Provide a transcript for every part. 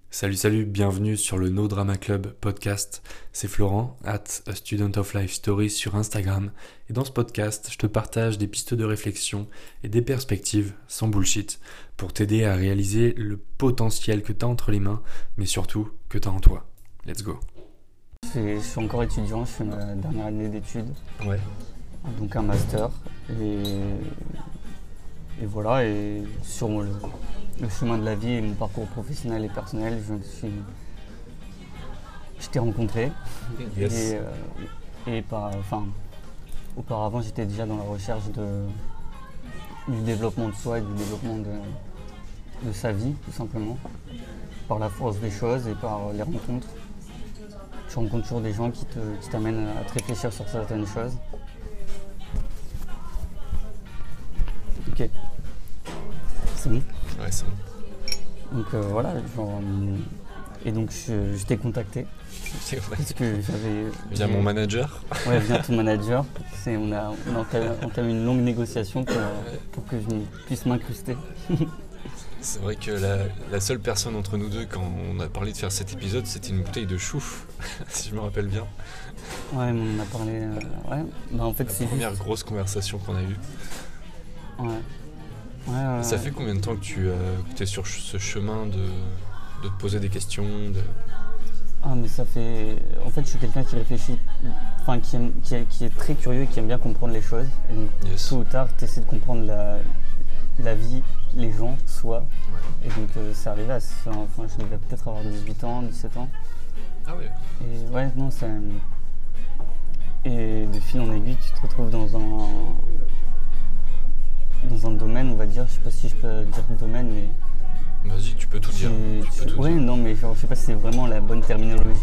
Salut, bienvenue sur le No Drama Club podcast. C'est Florent, @A Student of Life Stories sur Instagram. Et dans ce podcast, je te partage des pistes de réflexion et des perspectives sans bullshit pour t'aider à réaliser le potentiel que tu as entre les mains, mais surtout que tu as en toi. Let's go. Je suis encore étudiant, je fais ma dernière année d'études, donc un master. Et voilà, et sur le chemin de la vie et mon parcours professionnel et personnel, je t'ai rencontré. Yes. Auparavant, j'étais déjà dans la recherche du développement de soi et du développement de sa vie, tout simplement, par la force des choses et par les rencontres. Tu rencontres toujours des gens qui t'amènent à te réfléchir sur certaines choses. Ok. C'est bon ? Ouais, c'est bon. Donc voilà, et donc je t'ai contacté. Parce que j'avais... Via mon manager. Ouais, via ton manager. On a entamé une longue négociation pour que je puisse m'incruster. C'est vrai que la seule personne entre nous deux, quand on a parlé de faire cet épisode, c'était une bouteille de chouf, si je me rappelle bien. Ouais, mais on a parlé... ouais. Bah, en fait, La c'est première grosse conversation qu'on a eue. Ouais. Ça fait combien de temps que tu es sur ce chemin de te poser des questions Ah, mais ça fait... En fait, je suis quelqu'un qui réfléchit, qui est très curieux et qui aime bien comprendre les choses. Et donc, Yes. tôt ou tard, tu essaies de comprendre la vie, les gens, soi. Ouais. Et donc, c'est arrivé à... je devais peut-être avoir 18 ans, 17 ans. Ah ouais. Et ouais, non, ça... Et de fil en aiguille, tu te retrouves dans un domaine, on va dire, je sais pas si je peux dire domaine, mais... Vas-y, tu peux tout dire. Ouais, non, mais genre, je sais pas si c'est vraiment la bonne terminologie.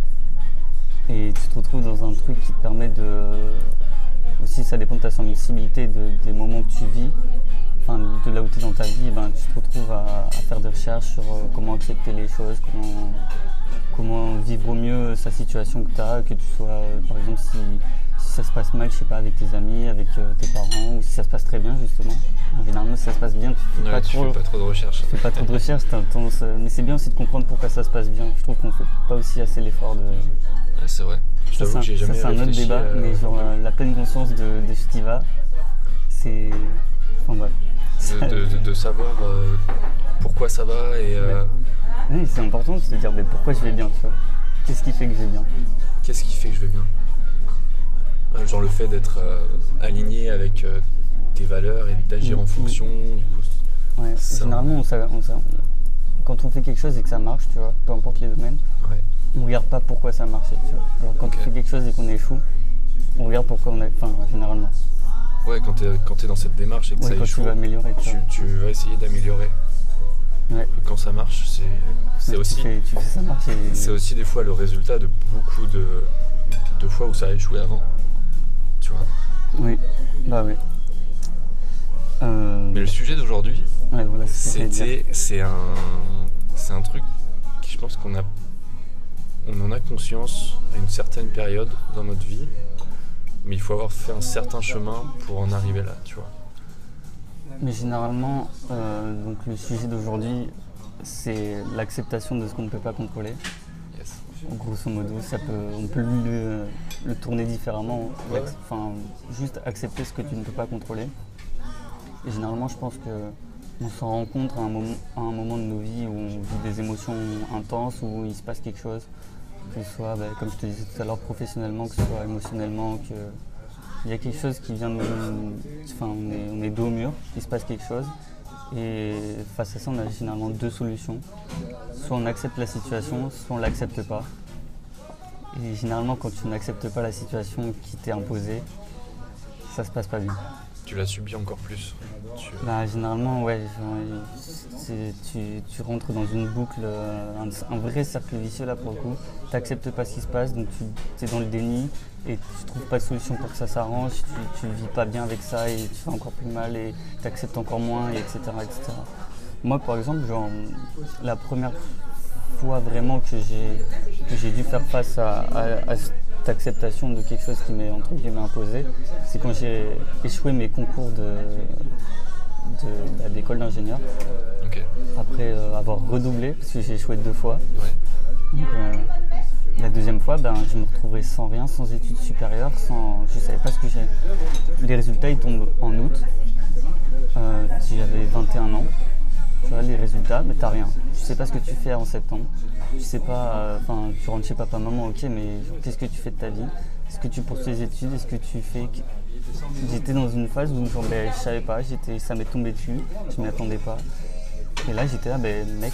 Et tu te retrouves dans un truc qui te permet de... Aussi, ça dépend de ta sensibilité, des moments que tu vis, de là où tu es dans ta vie, tu te retrouves à faire des recherches sur comment accepter les choses, comment vivre au mieux sa situation que tu as, que tu sois, par exemple, si ça se passe mal, je sais pas, avec tes amis, avec tes parents, ou si ça se passe très bien, justement. Généralement, si ça se passe bien, tu fais pas trop de recherche. Tu fais pas trop de recherche, mais c'est bien aussi de comprendre pourquoi ça se passe bien. Je trouve qu'on fait pas aussi assez l'effort de... Ouais, c'est vrai. Je t'avoue que j'ai jamais c'est un autre réfléchi débat, mais genre la pleine conscience de ce qui va, c'est... Enfin bref. de savoir pourquoi ça va et... Oui, c'est important de se dire pourquoi je vais bien, tu vois. Qu'est-ce qui fait que je vais bien ? Qu'est-ce qui fait que je vais bien ? Genre le fait d'être aligné avec tes valeurs et d'agir en fonction. Du coup, ouais. Généralement, quand on fait quelque chose et que ça marche, tu vois, peu importe les domaines, ouais. On regarde pas pourquoi ça a marché, tu vois. Alors quand on fait quelque chose et qu'on échoue, on regarde pourquoi on a... généralement. Ouais, quand t'es dans cette démarche et que ça échoue, tu vas améliorer, tu vas essayer d'améliorer. Ouais. Quand ça marche, c'est aussi... Tu fais ça marcher. C'est aussi des fois le résultat de beaucoup de fois où ça a échoué avant. Tu vois. Oui, bah oui. Mais le sujet d'aujourd'hui, ouais, voilà, c'est un truc qui, je pense on en a conscience à une certaine période dans notre vie, mais il faut avoir fait un certain chemin pour en arriver là, tu vois. Mais généralement, donc le sujet d'aujourd'hui, c'est l'acceptation de ce qu'on ne peut pas contrôler. Yes. Grosso modo, on peut le tourner différemment. Ouais. Juste accepter ce que tu ne peux pas contrôler. Et généralement, je pense qu'on s'en rend compte à un moment de nos vies où on vit des émotions intenses, où il se passe quelque chose, que ce soit, comme je te disais tout à l'heure, professionnellement, que ce soit émotionnellement, qu'il y a quelque chose qui vient de nous... on est dos au mur, il se passe quelque chose. Et face à ça, on a généralement deux solutions. Soit on accepte la situation, soit on ne l'accepte pas. Et généralement, quand tu n'acceptes pas la situation qui t'est imposée, ça se passe pas bien. Tu l'as subi encore plus. Généralement, ouais. Tu rentres dans une boucle, un vrai cercle vicieux là pour le coup. Tu n'acceptes pas ce qui se passe, donc tu es dans le déni et tu trouves pas de solution pour que ça s'arrange. Tu vis pas bien avec ça et tu fais encore plus mal et tu acceptes encore moins, etc., etc. Moi, par exemple, la première fois vraiment que j'ai dû faire face à cette acceptation de quelque chose qui m'est entre guillemets imposé, c'est quand j'ai échoué mes concours d'école d'ingénieur. Ok. Après avoir redoublé, parce que j'ai échoué 2 fois. Ouais. Donc, la deuxième fois, je me retrouvais sans rien, sans études supérieures, je ne savais pas ce que j'ai. Les résultats, ils tombent en août, si j'avais 21 ans. Tu vois, les résultats, mais t'as rien. Tu sais pas ce que tu fais en septembre. Tu sais pas, tu rentres chez papa, maman, ok, mais qu'est-ce que tu fais de ta vie? Est-ce que tu poursuis tes études? Est-ce que tu fais... J'étais dans une phase où je savais pas, ça m'est tombé dessus, je m'y attendais pas. Et là, j'étais là, mec,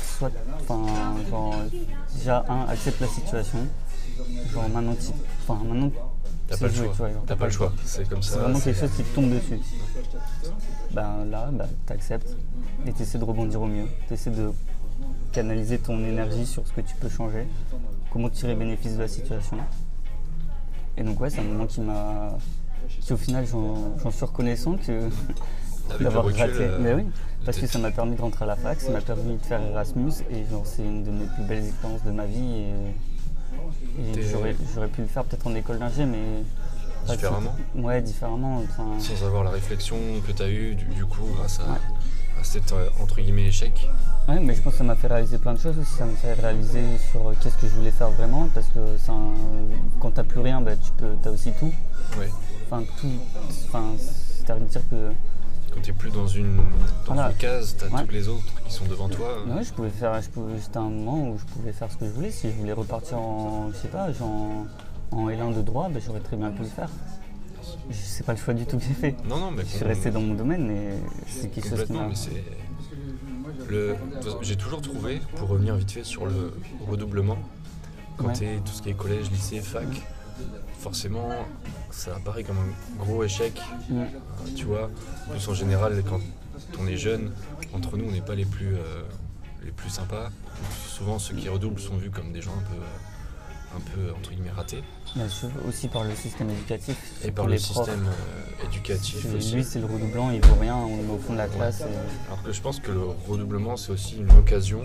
déjà, accepte la situation. Genre, maintenant, t'as pas le choix. T'as pas le choix. C'est comme ça. C'est vraiment quelque chose qui te tombe dessus. Là, t'acceptes et t'essaies de rebondir au mieux. T'essaies de canaliser ton énergie sur ce que tu peux changer, comment tirer bénéfice de la situation. Et donc, ouais, c'est un moment qui au final, j'en suis reconnaissant que d'avoir raté. Mais oui, parce que ça m'a permis de rentrer à la fac, ça m'a permis de faire Erasmus et c'est une de mes plus belles expériences de ma vie. Et j'aurais pu le faire peut-être en école d'ingé, mais... Différemment. Ouais, différemment. Sans avoir la réflexion que tu as eue, du coup, grâce à cet, entre guillemets, échec. Ouais, mais je pense que ça m'a fait réaliser plein de choses aussi. Ça m'a fait réaliser sur qu'est-ce que je voulais faire vraiment, parce que quand t'as plus rien, t'as aussi tout. Ouais. C'est-à-dire de dire que... Quand t'es plus dans une case, t'as toutes les autres qui sont devant toi. Ouais, j'étais à un moment où je pouvais faire ce que je voulais. Si je voulais repartir en L1 de droit, j'aurais très bien pu le faire. C'est pas le choix du tout que j'ai fait. Non, mais je suis resté dans mon domaine, mais c'est quelque chose qui m'a... J'ai toujours trouvé, pour revenir vite fait sur le redoublement, quand t'es tout ce qui est collège, lycée, fac, forcément ça apparaît comme un gros échec. Tu vois, en plus en général quand on est jeune, entre nous on n'est pas les plus sympas. Souvent ceux qui redoublent sont vus comme des gens un peu entre guillemets ratés. Bien sûr, aussi par le système éducatif. Et par le système éducatif aussi. Lui c'est le redoublant, il vaut rien, on est au fond de la classe. Alors que je pense que le redoublement c'est aussi une occasion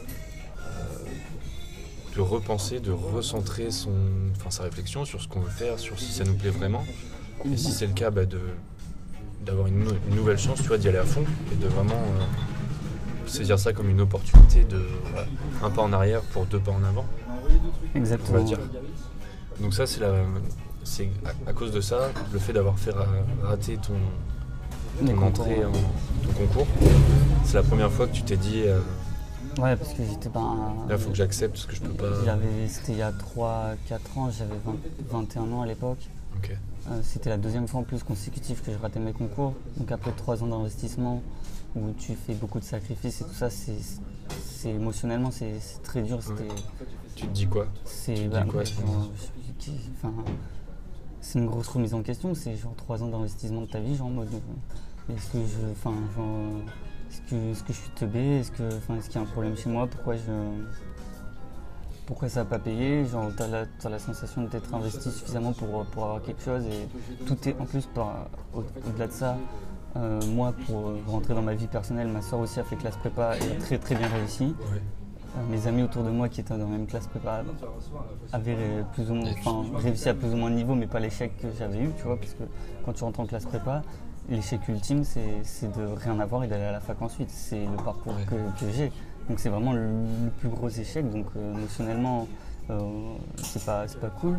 de repenser, de recentrer sa réflexion sur ce qu'on veut faire, sur si ça nous plaît vraiment. Et si c'est le cas, d'avoir une nouvelle chance, tu vois, d'y aller à fond et de vraiment saisir ça comme une opportunité de un pas en arrière pour 2 pas en avant. Exactement. On va dire. Donc ça, c'est à cause de ça, le fait d'avoir fait rater ton entrée, ton concours. C'est la première fois que tu t'es dit... Ouais, parce que j'étais pas... Là, il faut que j'accepte parce que je peux pas... C'était il y a 3-4 ans, j'avais 21 ans à l'époque. Ok. C'était la deuxième fois en plus consécutive que je ratais mes concours. Donc après 3 ans d'investissement, où tu fais beaucoup de sacrifices et tout ça, émotionnellement, c'est très dur. Tu te dis quoi? C'est une grosse remise en question. C'est genre 3 ans d'investissement de ta vie, genre en mode... Est-ce que je suis teubé? Est-ce qu'il y a un problème chez moi? Pourquoi ça n'a pas payé? Genre, t'as la sensation de t'être investi suffisamment pour avoir quelque chose et tout est en plus au-delà de ça. Moi, pour rentrer dans ma vie personnelle, ma soeur aussi a fait classe prépa et a très très bien réussi. Ouais. Mes amis autour de moi qui étaient dans la même classe prépa avaient réussi à plus ou moins de niveau, mais pas l'échec que j'avais eu, tu vois, parce que quand tu rentres en classe prépa, l'échec ultime, c'est de rien avoir et d'aller à la fac ensuite. C'est le parcours que j'ai. Donc c'est vraiment le plus gros échec. Donc émotionnellement, c'est pas cool.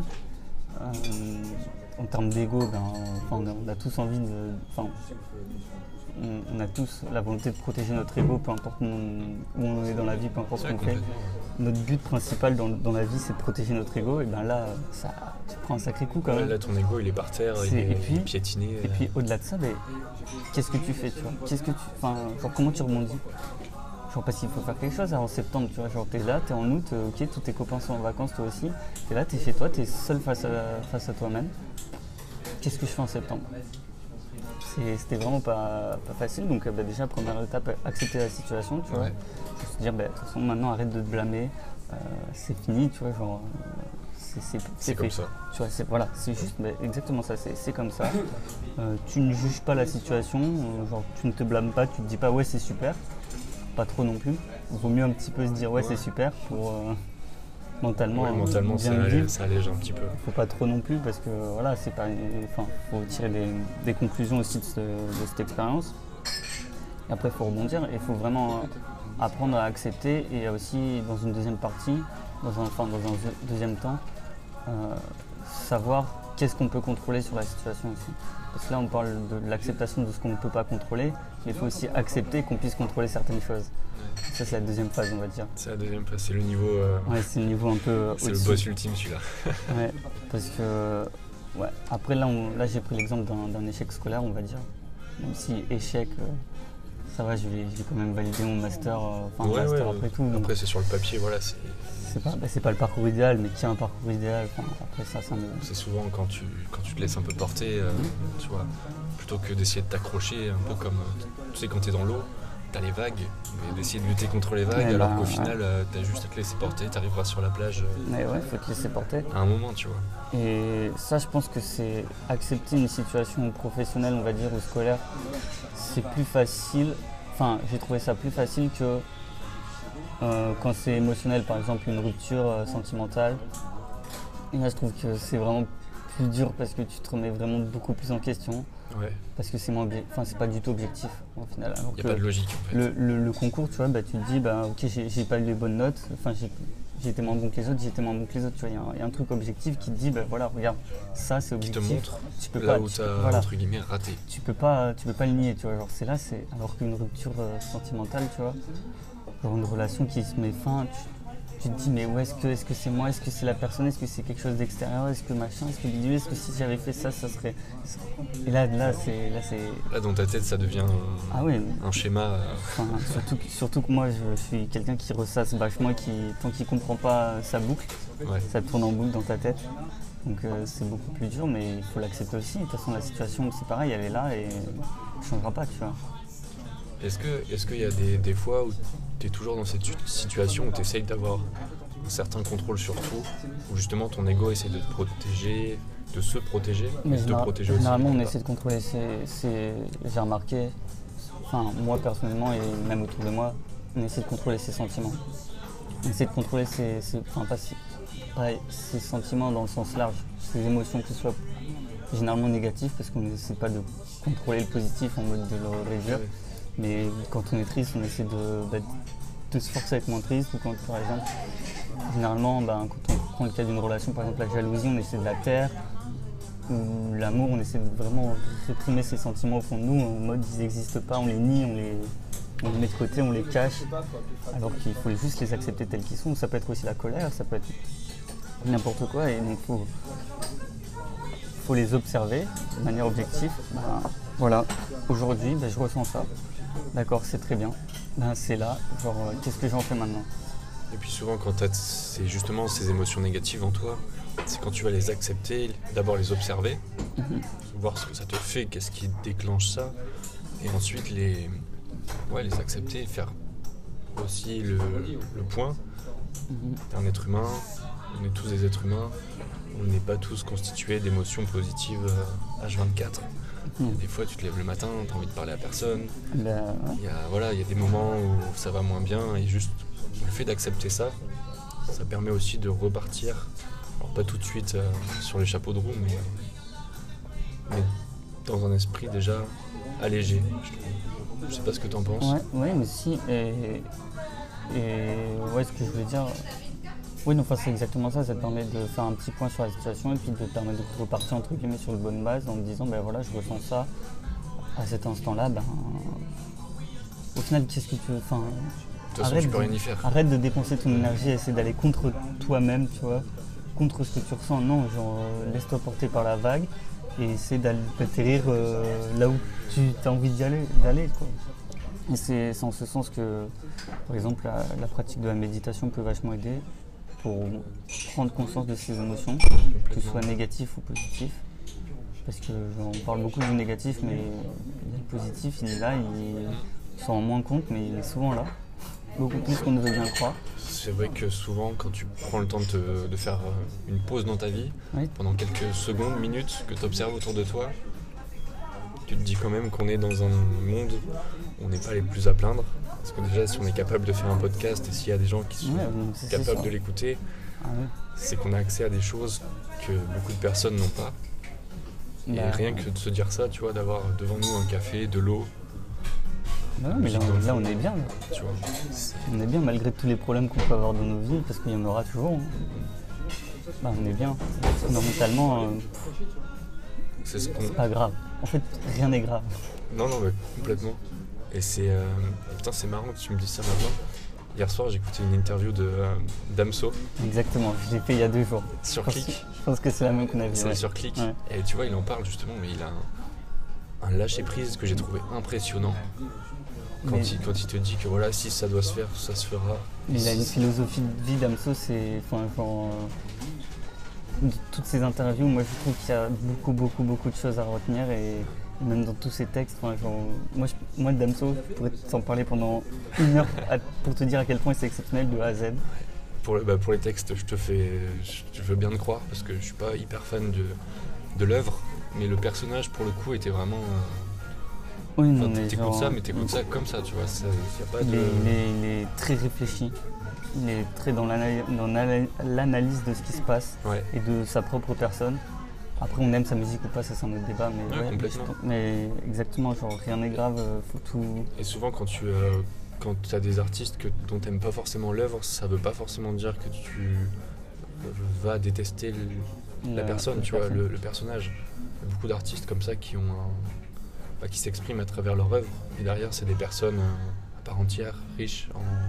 En termes d'ego, on a tous envie de... On a tous la volonté de protéger notre ego, peu importe où on est dans la vie, peu importe ce qu'on fait. Notre but principal dans la vie, c'est de protéger notre ego. Et là, tu prends un sacré coup quand même. Là, ton ego, il est par terre, il est piétiné. Et puis au-delà de ça, qu'est-ce que tu fais, tu vois? Comment tu rebondis? Genre parce qu'il faut faire quelque chose en septembre, tu vois, genre t'es là, t'es en août, ok, tous tes copains sont en vacances, toi aussi. T'es là, t'es chez toi, t'es seul face à toi-même. Qu'est-ce que je fais en septembre? C'était vraiment pas facile, donc déjà première étape, accepter la situation, tu vois. Se dire, de toute façon maintenant arrête de te blâmer, c'est fini, tu vois, genre c'est comme ça. Tu vois, c'est juste exactement ça, c'est comme ça. Tu ne juges pas la situation, genre tu ne te blâmes pas, tu te dis pas ouais c'est super, pas trop non plus. Il vaut mieux un petit peu se dire ouais c'est super pour mentalement ça allège un petit peu. Faut pas trop non plus parce que voilà, c'est pas faut tirer des conclusions aussi de cette expérience. Et après, il faut rebondir et il faut vraiment apprendre à accepter et aussi, dans une deuxième partie, dans un deuxième temps, savoir qu'est-ce qu'on peut contrôler sur la situation aussi. Parce que là, on parle de l'acceptation de ce qu'on ne peut pas contrôler, mais il faut aussi accepter qu'on puisse contrôler certaines choses. Ça, c'est la deuxième phase, on va dire. C'est la deuxième phase, c'est le niveau... Ouais, c'est le niveau un peu c'est au-dessus. le boss ultime, celui-là. Ouais, parce que... Ouais. Après, là, j'ai pris l'exemple d'un échec scolaire, on va dire. Même si échec, ça va, je vais quand même valider mon master, master après tout. Donc... Après, c'est sur le papier, voilà, c'est... C'est pas le parcours idéal, mais qui a un parcours idéal, après ça me... C'est souvent quand tu te laisses un peu porter, tu vois, plutôt que d'essayer de t'accrocher, un peu comme, tu sais, quand t'es dans l'eau, t'as les vagues, mais d'essayer de lutter contre les vagues, alors qu'au final, t'as juste à te laisser porter, t'arriveras sur la plage. Mais ouais, faut te laisser porter. À un moment, tu vois. Et ça, je pense que c'est accepter une situation professionnelle, on va dire, ou scolaire, c'est plus facile, j'ai trouvé ça plus facile que quand c'est émotionnel, par exemple une rupture sentimentale. Et là, je trouve que c'est vraiment plus dur parce que tu te remets vraiment beaucoup plus en question. Ouais. Parce que c'est pas du tout objectif au final. Il n'y a pas de logique en fait. Le concours, tu vois, tu te dis, ok, j'ai pas eu les bonnes notes, j'ai été moins bon que les autres, tu vois, il y a un truc objectif qui te dit, voilà, regarde, ça c'est objectif. Qui te montre tu peux là pas, où t'as, entre guillemets, raté. Tu peux pas le nier, tu vois, genre alors qu'une rupture sentimentale, tu vois, genre une relation qui se met fin, tu te dis mais est-ce que c'est moi, est-ce que c'est la personne, est-ce que c'est quelque chose d'extérieur, est-ce que machin, est-ce que bidule, est-ce que si j'avais fait ça serait... Et là c'est... Là dans ta tête ça devient un schéma. Surtout que moi je suis quelqu'un qui ressasse vachement, tant qu'il comprend pas sa boucle, ça tourne en boucle dans ta tête. Donc c'est beaucoup plus dur, mais il faut l'accepter aussi. De toute façon la situation c'est pareil, elle est là et elle changera pas, tu vois. Est-ce qu'il y a des fois où tu es toujours dans cette situation où tu essayes d'avoir un certain contrôle sur tout, où justement ton ego essaie de te protéger, de se protéger, mais de te protéger aussi? Généralement on essaie de contrôler, j'ai remarqué, moi personnellement et même autour de moi, on essaie de contrôler ses sentiments. On essaie de contrôler ses sentiments dans le sens large, ses émotions qui soient généralement négatives, parce qu'on n'essaie pas de contrôler le positif en mode de le réduire. Mais quand on est triste, on essaie de se forcer à être moins triste. Ou quand, par exemple, généralement, quand on prend le cas d'une relation, par exemple la jalousie, on essaie de la taire. Ou l'amour, on essaie de vraiment réprimer ses sentiments au fond de nous, en mode ils n'existent pas, on les nie, on les met de côté, on les cache. Alors qu'il faut juste les accepter tels qu'ils sont. Ça peut être aussi la colère, ça peut être n'importe quoi. Et donc faut les observer de manière objective. Voilà, aujourd'hui, je ressens ça. D'accord, c'est très bien. C'est là, qu'est-ce que j'en fais maintenant? Et puis souvent, quand tu as justement ces émotions négatives en toi, c'est quand tu vas les accepter, d'abord les observer, voir ce que ça te fait, qu'est-ce qui déclenche ça, et ensuite les accepter, faire aussi le point. T'es un être humain, on est tous des êtres humains, on n'est pas tous constitués d'émotions positives H24. Des fois tu te lèves le matin, tu as envie de parler à personne. Il y a des moments où ça va moins bien et juste le fait d'accepter ça permet aussi de repartir. Alors pas tout de suite sur les chapeaux de roue, mais dans un esprit déjà allégé, je trouve. Je sais pas ce que tu en penses. Ouais, mais si. Et ce que je voulais dire... Oui, c'est exactement ça. Ça te permet de faire un petit point sur la situation et puis de te permettre de repartir entre guillemets sur de bonnes bases en te disant je ressens ça à cet instant-là. Au final, qu'est-ce que tu veux? De toute façon, tu peux rien y faire. Arrête de dépenser ton énergie à essayer d'aller contre toi-même, tu vois, contre ce que tu ressens. Non, laisse-toi porter par la vague et essaie d'atterrir là où tu as envie d'aller, quoi. Et c'est en ce sens que, par exemple, la pratique de la méditation peut vachement aider pour prendre conscience de ses émotions, que ce soit négatif ou positif. Parce qu'on parle beaucoup du négatif, mais le positif, il est là, il s'en rend moins compte, mais il est souvent là. Beaucoup plus qu'on ne veut bien le croire. C'est vrai que souvent, quand tu prends le temps de faire une pause dans ta vie, pendant quelques secondes, minutes, que tu observes autour de toi, tu te dis quand même qu'on est dans un monde où on n'est pas les plus à plaindre. Parce que déjà, si on est capable de faire un podcast et s'il y a des gens qui sont capables de l'écouter, c'est qu'on a accès à des choses que beaucoup de personnes n'ont pas. Et rien que de se dire ça, tu vois, d'avoir devant nous un café, de l'eau, Ouais, mais là, on est bien. Là. Tu vois. On est bien malgré tous les problèmes qu'on peut avoir dans nos vies, parce qu'il y en aura toujours. Hein. Bah, on est bien. Non, mentalement, C'est pas grave. En fait, rien n'est grave. Non, mais complètement. Et c'est marrant que tu me dises ça maintenant. Hier soir, j'ai écouté une interview de Damso. Exactement, je l'ai fait il y a 2 jours. Sur Click. Je pense que c'est la même qu'on a vue. C'est sur Click. Ouais. Et tu vois, il en parle justement, mais il a un lâcher-prise que j'ai trouvé impressionnant. Quand il te dit que voilà, si ça doit se faire, ça se fera. Il a une philosophie de vie, Damso, c'est. Toutes ces interviews, moi je trouve qu'il y a beaucoup de choses à retenir et même dans tous ces textes, moi Damso, je pourrais t'en parler pendant 1 heure pour te dire à quel point c'est exceptionnel de A à Z. Pour les textes, je veux bien te croire parce que je suis pas hyper fan de l'œuvre, mais le personnage pour le coup était vraiment. Oui, non, mais t'écoutes ça, mais t'écoutes ça comme ça, tu vois. Y a pas de... il est très réfléchi. Il est très dans l'analyse de ce qui se passe et de sa propre personne. Après, on aime sa musique ou pas, ça c'est un autre débat. Mais, complètement. Mais exactement, genre rien n'est grave, faut tout. Et souvent, quand tu as des artistes dont tu n'aimes pas forcément l'œuvre, ça veut pas forcément dire que tu vas détester la personne, tu vois, le personnage. Il y a beaucoup d'artistes comme ça qui s'expriment à travers leur œuvre. Et derrière, c'est des personnes à part entière, riches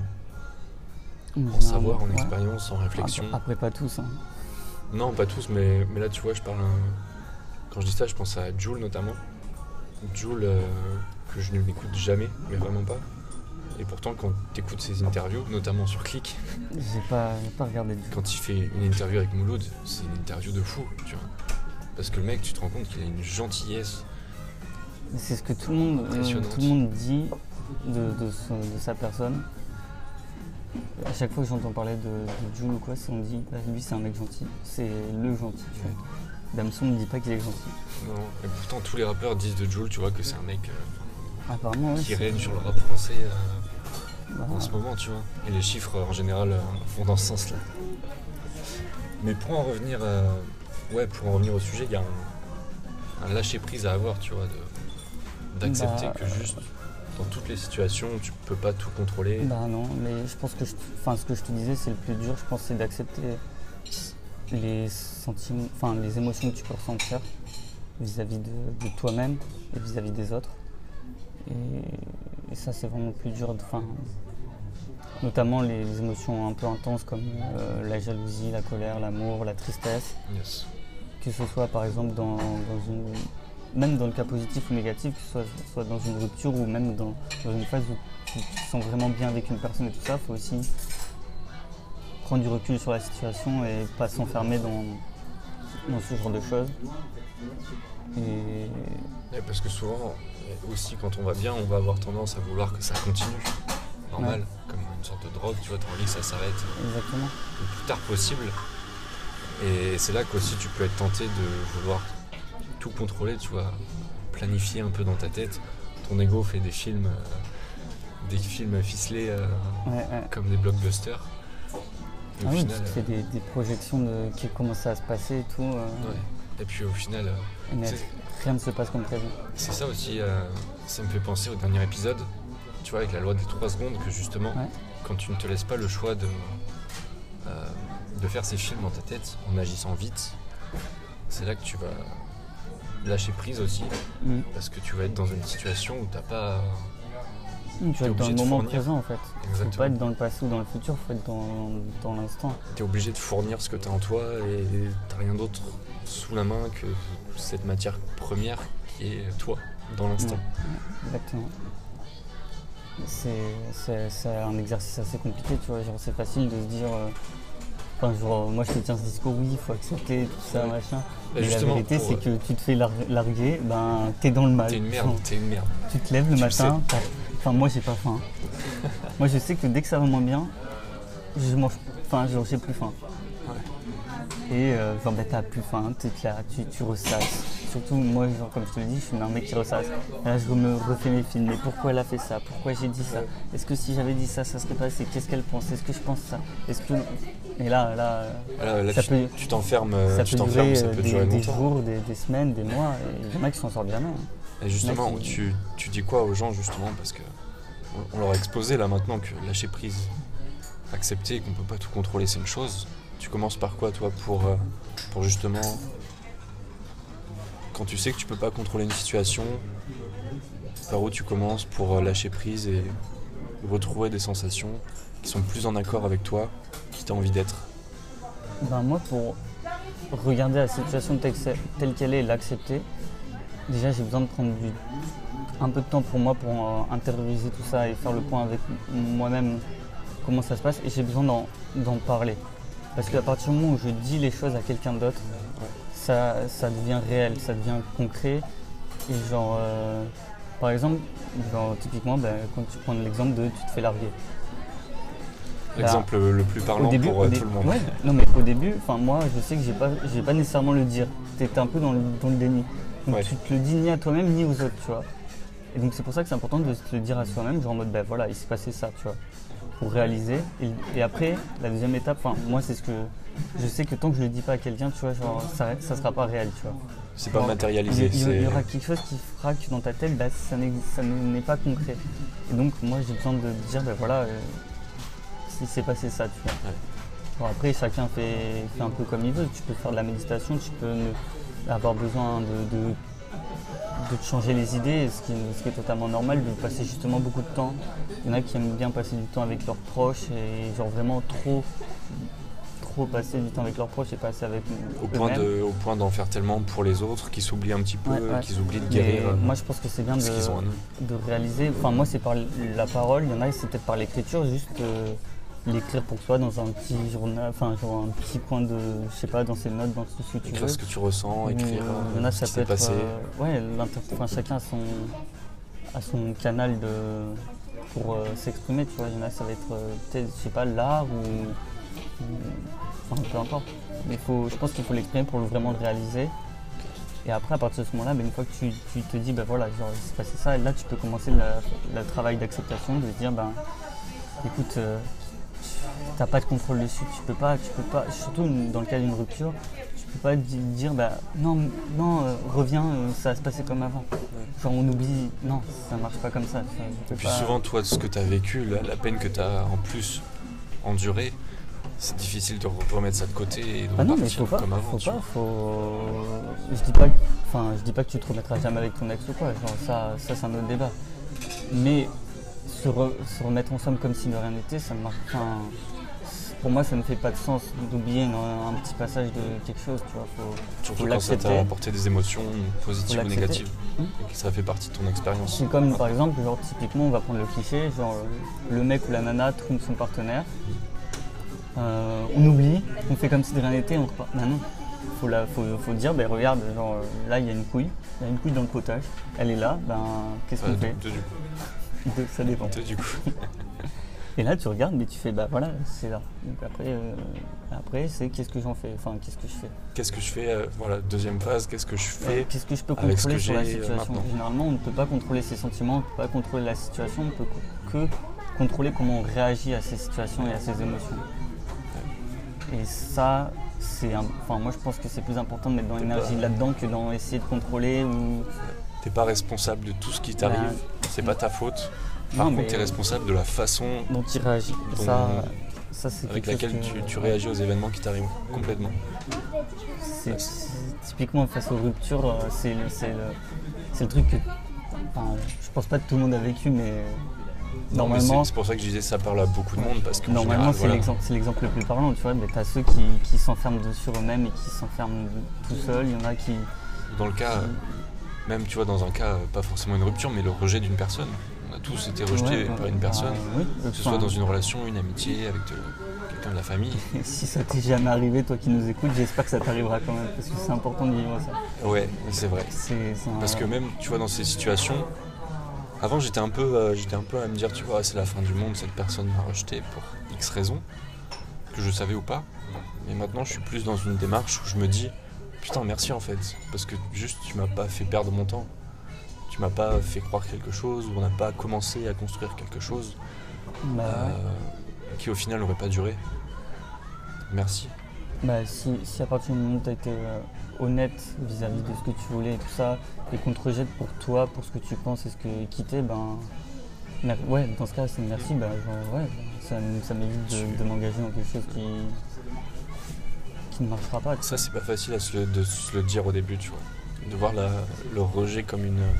en savoir, en expérience, en réflexion. Après pas tous. Hein. Non, pas tous, mais là, tu vois, quand je dis ça, je pense à Jul notamment. Jul, que je ne m'écoute jamais, mais vraiment pas. Et pourtant, quand tu écoutes ses interviews, notamment sur Click, j'ai pas regardé. Quand il fait une interview avec Mouloud, c'est une interview de fou, tu vois. Parce que le mec, tu te rends compte qu'il a une gentillesse. C'est ce que tout le monde dit de sa personne. À chaque fois que j'entends parler de Jul ou quoi, on dit lui c'est un mec gentil, c'est le gentil. Damso ne dit pas qu'il est gentil. Non, et pourtant tous les rappeurs disent de Jul, tu vois, que c'est un mec qui règne sur le rap français en ce moment, tu vois. Et les chiffres en général vont dans ce sens-là. Mais pour en revenir au sujet, il y a un lâcher prise à avoir, tu vois, d'accepter que juste dans toutes les situations, tu peux pas tout contrôler. Bah non, mais je pense que ce que je te disais, c'est le plus dur, je pense, c'est d'accepter les sentiments, les émotions que tu peux ressentir vis-à-vis de toi-même et vis-à-vis des autres. Et ça, c'est vraiment le plus dur, notamment les émotions un peu intenses comme la jalousie, la colère, l'amour, la tristesse. Yes. Que ce soit par exemple même dans le cas positif ou négatif, que ce soit dans une rupture ou même dans une phase où tu te sens vraiment bien avec une personne et tout ça, il faut aussi prendre du recul sur la situation et pas s'enfermer dans ce genre de choses. Et parce que souvent, aussi quand on va bien, on va avoir tendance à vouloir que ça continue. Normal, comme une sorte de drogue, tu vois, tu as envie que ça s'arrête Exactement. le plus tard possible. Et c'est là qu'aussi tu peux être tenté de vouloir tout contrôler, tu vois, planifier un peu dans ta tête. Ton ego fait des films ficelés comme des blockbusters. Et au final, tu fais des projections de qui commence à se passer et tout. Et puis au final, rien ne se passe comme prévu. C'est ça aussi, ça me fait penser au dernier épisode, tu vois, avec la loi des 3 secondes, que justement, quand tu ne te laisses pas le choix de faire ces films dans ta tête en agissant vite, c'est là que tu vas lâcher prise aussi, parce que tu vas être dans une situation où t'as pas... Tu vas être dans le moment présent en fait. Exactement. Faut pas être dans le passé ou dans le futur, faut être dans l'instant. T'es obligé de fournir ce que t'as en toi et t'as rien d'autre sous la main que cette matière première qui est toi, dans l'instant. Exactement. C'est un exercice assez compliqué, tu vois, genre c'est facile de se dire... moi je te tiens ce discours, oui, il faut accepter tout ça, machin. Mais la vérité, c'est que tu te fais larguer, t'es dans le mal. T'es une merde. Tu te lèves le matin, moi j'ai pas faim. Moi je sais que dès que ça va moins bien, j'ai plus faim. Et t'as plus faim, t'es là, tu ressasses. Surtout moi, comme je te l'ai dit, je suis un mec qui ressasse. Et là je me refais mes films, mais pourquoi elle a fait ça? Pourquoi j'ai dit ça? Est-ce que si j'avais dit ça, ça serait passé? Qu'est-ce qu'elle pense? Est-ce que je pense ça? Et là tu t'enfermes, ça peut durer des longtemps. Jours, des semaines, des mois, et il y en a qui s'en sortent jamais. Et justement, tu dis quoi aux gens justement? Parce que on leur a exposé là maintenant que lâcher prise, accepter qu'on peut pas tout contrôler, c'est une chose. Tu commences par quoi toi pour justement, quand tu sais que tu peux pas contrôler une situation, par où tu commences pour lâcher prise et retrouver des sensations qui sont plus en accord avec toi, qui t'as envie d'être? Moi, pour regarder la situation telle qu'elle est et l'accepter, déjà j'ai besoin de prendre un peu de temps pour moi pour intérioriser tout ça et faire le point avec moi-même, comment ça se passe, et j'ai besoin d'en parler. Parce qu'à partir du moment où je dis les choses à quelqu'un d'autre, ça devient réel, ça devient concret. Et par exemple, typiquement, quand tu prends l'exemple de tu te fais larguer. L'exemple le plus parlant pour tout le monde. Ouais, non mais au début, moi je sais que j'ai pas nécessairement le dire. T'es un peu dans le déni. Donc tu te le dis ni à toi-même ni aux autres, tu vois. Et donc c'est pour ça que c'est important de se le dire à soi-même, genre en mode voilà, il s'est passé ça, tu vois. Pour réaliser. Et après, la deuxième étape, moi c'est ce que je sais que tant que je le dis pas à quelqu'un, tu vois, ça sera pas réel, tu vois. C'est pas matérialisé. Il y aura quelque chose qui fera que dans ta tête, ça n'est pas concret. Et donc moi j'ai besoin de dire, s'il s'est passé ça, tu vois. Ouais. Bon, après chacun fait un peu comme il veut. Tu peux faire de la méditation, tu peux avoir besoin de te changer les idées, ce qui est totalement normal, de passer justement beaucoup de temps. Il y en a qui aiment bien passer du temps avec leurs proches et vraiment trop passer du temps avec leurs proches et pas assez avec eux-mêmes. Au point d'en faire tellement pour les autres qu'ils s'oublient un petit peu, qu'ils oublient de guérir. Moi je pense que c'est bien de réaliser, moi c'est par la parole, il y en a c'est peut-être par l'écriture, juste l'écrire pour toi dans un petit journal, un petit coin de, je sais pas, dans ses notes, dans tout ce que tu veux. Écrire ce que tu ressens, écrire ce qui s'est passé. Chacun a son canal pour s'exprimer, tu vois. Il y en a, ça va être peut-être, je sais pas, l'art ou peu importe. Mais je pense qu'il faut l'exprimer pour vraiment le réaliser. Et après, à partir de ce moment-là, une fois que tu te dis, il s'est passé ça, et là tu peux commencer le travail d'acceptation, de se dire, écoute, t'as pas de contrôle dessus, tu peux pas, surtout dans le cas d'une rupture, tu peux pas dire non, reviens, ça va se passer comme avant. Genre on oublie, non, ça marche pas comme ça. Et puis souvent toi, ce que t'as vécu, la peine que t'as en plus endurée, c'est difficile de remettre ça de côté et de repartir comme avant. Je dis pas que tu te remettras jamais avec ton ex ou quoi, ça c'est un autre débat. Mais se remettre ensemble comme si de rien n'était, ça marche. Pour moi, ça ne fait pas de sens d'oublier un petit passage de quelque chose, tu vois. Surtout quand ça t'a apporté des émotions positives ou négatives, et que ça fait partie de ton expérience. C'est comme par exemple, typiquement, on va prendre le cliché, le mec ou la nana trompe son partenaire, on oublie, on fait comme si de rien n'était, on repart. Non, faut dire, regarde, là il y a une couille dans le potage, elle est là, qu'est-ce qu'on fait? Ça dépend. Du coup. Et là tu regardes mais tu fais c'est là. Donc après c'est qu'est-ce que j'en fais, qu'est-ce que je fais. Deuxième phase, qu'est-ce que je fais? Qu'est-ce que je peux contrôler sur la situation? Généralement on ne peut pas contrôler ses sentiments, on ne peut pas contrôler la situation, on ne peut que contrôler comment on réagit à ces situations et à ces émotions. Et ça moi je pense que c'est plus important de mettre dans l'énergie là-dedans que dans essayer de contrôler ou. T'es pas responsable de tout ce qui t'arrive, c'est pas ta faute. Par contre, tu es responsable de la façon dont tu réagis. Ça, c'est avec laquelle tu réagis aux événements qui t'arrivent complètement. Typiquement face aux ruptures, c'est le truc que je pense pas que tout le monde a vécu, mais normalement. C'est pour ça que je disais ça parle à beaucoup de monde parce que normalement c'est l'exemple le plus parlant, tu vois. Mais t'as ceux qui s'enferment sur eux-mêmes et qui s'enferment tout seuls. Il y en a qui. Dans le cas, même tu vois, dans un cas, pas forcément une rupture, mais le rejet d'une personne. On a tous été rejetés par une personne, que ce soit dans une relation, une amitié, avec quelqu'un de la famille. Si ça t'est jamais arrivé, toi qui nous écoutes, j'espère que ça t'arrivera quand même, parce que c'est important de vivre ça. Ouais, c'est vrai. Parce que même, tu vois, dans ces situations, avant j'étais un peu à me dire, tu vois, c'est la fin du monde, cette personne m'a rejeté pour X raisons, que je savais ou pas. Mais maintenant, je suis plus dans une démarche où je me dis, putain, merci en fait, parce que juste tu m'as pas fait perdre mon temps. Tu m'as pas fait croire quelque chose, ou on n'a pas commencé à construire quelque chose qui au final n'aurait pas duré. Merci. Si à partir du moment où tu as été honnête vis-à-vis de ce que tu voulais et tout ça, et qu'on te rejette pour toi, pour ce que tu penses et ce que quitter, Ouais, dans ce cas, c'est merci, bah, genre, ouais, ça m'évite de m'engager dans quelque chose qui ne marchera pas. Ça, c'est pas facile de se le dire au début, tu vois. De voir le rejet comme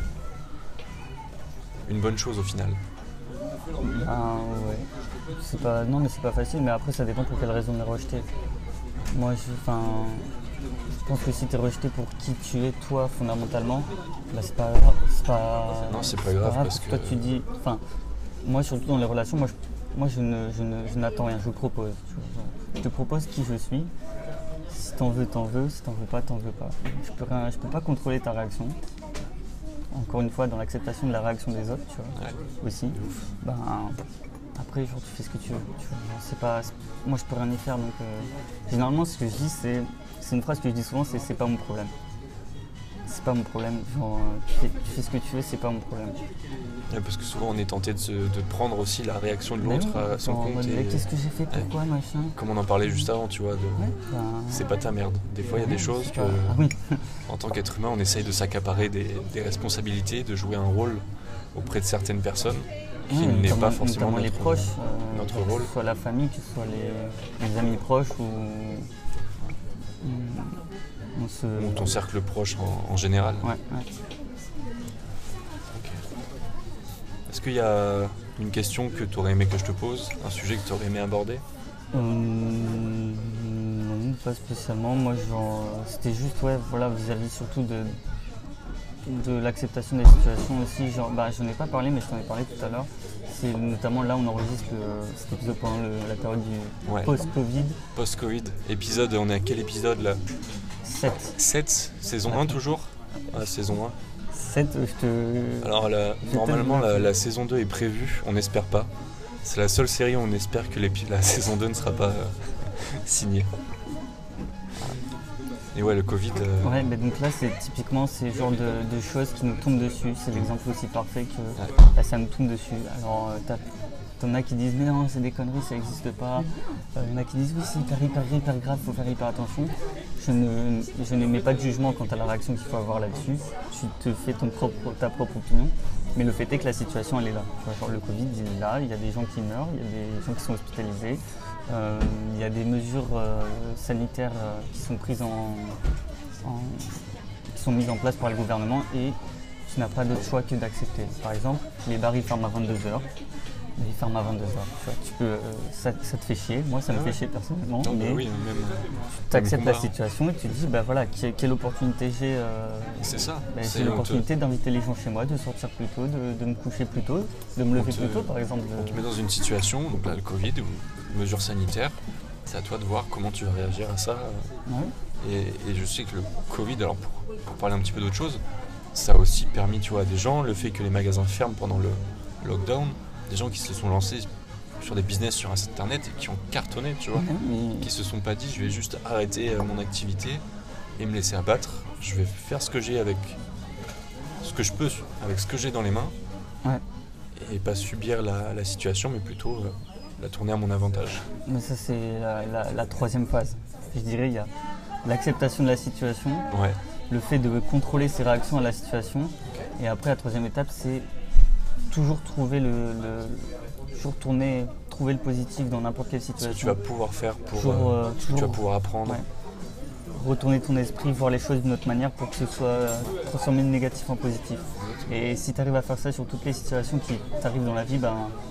une bonne chose au final. Ah, ouais. Non, mais c'est pas facile, mais après, ça dépend pour quelle raison on est rejeté. Moi, je pense que si tu es rejeté pour qui tu es, toi, fondamentalement, bah, c'est pas grave. Non, c'est pas grave parce que toi, tu dis. Enfin, moi, surtout dans les relations, je n'attends rien, je propose. Tu vois, genre, je te propose qui je suis. Si t'en veux, t'en veux. Si t'en veux pas, t'en veux pas. Je peux pas contrôler ta réaction. Encore une fois, dans l'acceptation de la réaction des autres, tu vois, aussi. Ben, après, genre, tu fais ce que tu veux. Moi, je peux rien y faire. Donc, généralement, ce que je dis, c'est une phrase que je dis souvent, c'est pas mon problème. C'est pas mon problème. Genre, tu fais ce que tu veux, c'est pas mon problème. Ouais, parce que souvent, on est tenté de prendre aussi la réaction de l'autre à son compte. Qu'est-ce que j'ai fait, pourquoi, machin. Comme on en parlait juste avant, tu vois, c'est pas ta merde. Des fois, il y a des choses que, en tant qu'être humain, on essaye de s'accaparer des responsabilités, de jouer un rôle auprès de certaines personnes. Qui n'est pas forcément les proches, notre rôle. Que ce soit la famille, que ce soit les amis proches ou ton cercle proche en général. Ouais. Okay. Est-ce qu'il y a une question que tu aurais aimé que je te pose, un sujet que tu aurais aimé aborder? Non, pas spécialement. Moi, c'était juste vis-à-vis surtout de l'acceptation des situations aussi. J'en ai pas parlé, mais je t'en ai parlé tout à l'heure. C'est notamment là, on enregistre cet épisode pendant la période du post-Covid. Post-Covid. Épisode, on est à quel épisode là? 7, saison 1 toujours? Saison 1. 7, Alors normalement la saison 2 est prévue, on n'espère pas. C'est la seule série où on espère que la saison 2 ne sera pas signée. Et ouais, le Covid... Ouais, mais donc là, c'est typiquement ces genres de choses qui nous tombent dessus. C'est l'exemple aussi parfait que ça nous tombe dessus. Alors, t'en as qui disent mais non, c'est des conneries, ça n'existe pas. Il y en a qui disent oui, c'est hyper grave, il faut faire hyper attention. Je n'émets pas de jugement quant à la réaction qu'il faut avoir là-dessus. Tu te fais ta propre opinion. Mais le fait est que la situation, elle est là. Genre, le Covid, il est là, il y a des gens qui meurent, il y a des gens qui sont hospitalisés. Il y a des mesures sanitaires qui sont prises qui sont mises en place par le gouvernement et tu n'as pas d'autre choix que d'accepter. Par exemple, les bars ils ferment à 22h. Ils ferment à 22h. Ça te fait chier. Moi, ça me fait chier personnellement. Tu acceptes la situation et tu te dis, quelle opportunité j'ai. C'est ça. J'ai l'opportunité d'inviter les gens chez moi, de sortir plus tôt, de me coucher plus tôt, de me lever plus tôt, par exemple. On te met dans une situation, donc là, le Covid, ou mesures sanitaires, c'est à toi de voir comment tu vas réagir à ça. Ouais. Et je sais que le Covid, alors pour parler un petit peu d'autre chose, ça a aussi permis, tu vois, à des gens, le fait que les magasins ferment pendant le lockdown, des gens qui se sont lancés sur des business sur internet et qui ont cartonné, tu vois, qui se sont pas dit je vais juste arrêter mon activité et me laisser abattre, je vais faire ce que j'ai avec ce que je peux, avec ce que j'ai dans les mains, et pas subir la situation, mais plutôt la tourner à mon avantage. Mais ça c'est la troisième phase, je dirais. Il y a l'acceptation de la situation, le fait de contrôler ses réactions à la situation, et après la troisième étape c'est toujours trouver trouver le positif dans n'importe quelle situation. Ce que tu vas pouvoir faire pour ce que tu vas pouvoir apprendre. Ouais. Retourner ton esprit, voir les choses d'une autre manière pour que ce soit transformer le négatif en positif. Et si tu arrives à faire ça sur toutes les situations qui t'arrivent dans la vie,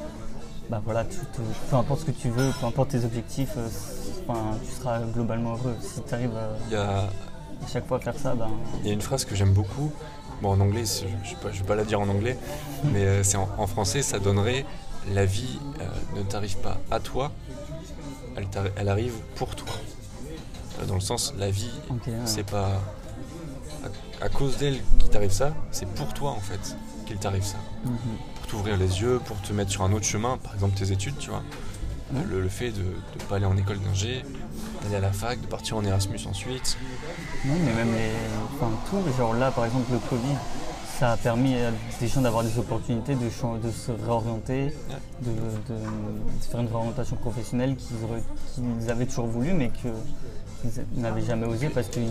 peu importe ce que tu veux, peu importe tes objectifs, tu seras globalement heureux. Si tu arrives à chaque fois à faire ça, Il y a une phrase que j'aime beaucoup. Bon, en anglais, je ne vais pas la dire en anglais, mais c'est en français, ça donnerait « La vie ne t'arrive pas à toi, elle arrive pour toi ». Dans le sens, la vie, c'est pas à cause d'elle qu'il t'arrive ça, c'est pour toi en fait qu'il t'arrive ça. Pour t'ouvrir les yeux, pour te mettre sur un autre chemin, par exemple tes études, tu vois. Le fait de ne pas aller en école d'ingé, d'aller à la fac, de partir en Erasmus ensuite. Non, mais même tout, genre là par exemple le Covid, ça a permis à des gens d'avoir des opportunités de se réorienter, de faire une réorientation professionnelle qu'ils avaient toujours voulu mais qu'ils n'avaient jamais osé parce qu'ils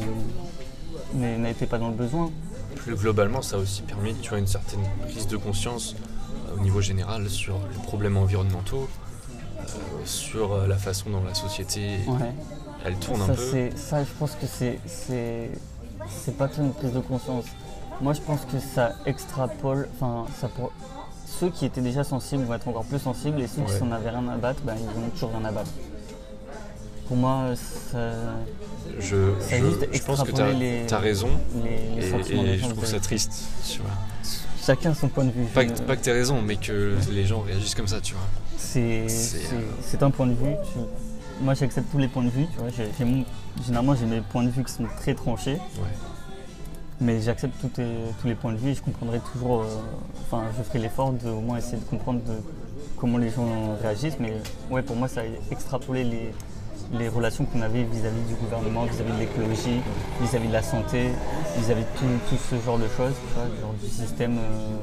n'étaient pas dans le besoin. Plus globalement, ça a aussi permis, tu vois, une certaine prise de conscience au niveau général sur les problèmes environnementaux, sur la façon dont la société elle tourne ça, un peu. Ça, je pense que c'est pas tant une prise de conscience. Moi, je pense que ça extrapole. Enfin, ceux qui étaient déjà sensibles vont être encore plus sensibles, et ceux qui s'en avaient rien à battre, ils n'ont toujours rien à battre. Pour moi, je pense que tu as raison, les sentiments et des gens, je trouve ça triste. Tu vois. Chacun son point de vue. Pas que tu aies raison, mais que les gens réagissent comme ça, tu vois. C'est un point de vue. Moi, j'accepte tous les points de vue. Tu vois. Généralement, j'ai mes points de vue qui sont très tranchés. Mais j'accepte tous les points de vue et je comprendrai toujours. Je ferai l'effort de au moins essayer de comprendre comment les gens réagissent. Mais pour moi, ça a extrapolé les relations qu'on avait vis-à-vis du gouvernement, vis-à-vis de l'écologie, vis-à-vis de la santé, vis-à-vis de tout ce genre de choses, tu vois, genre du système.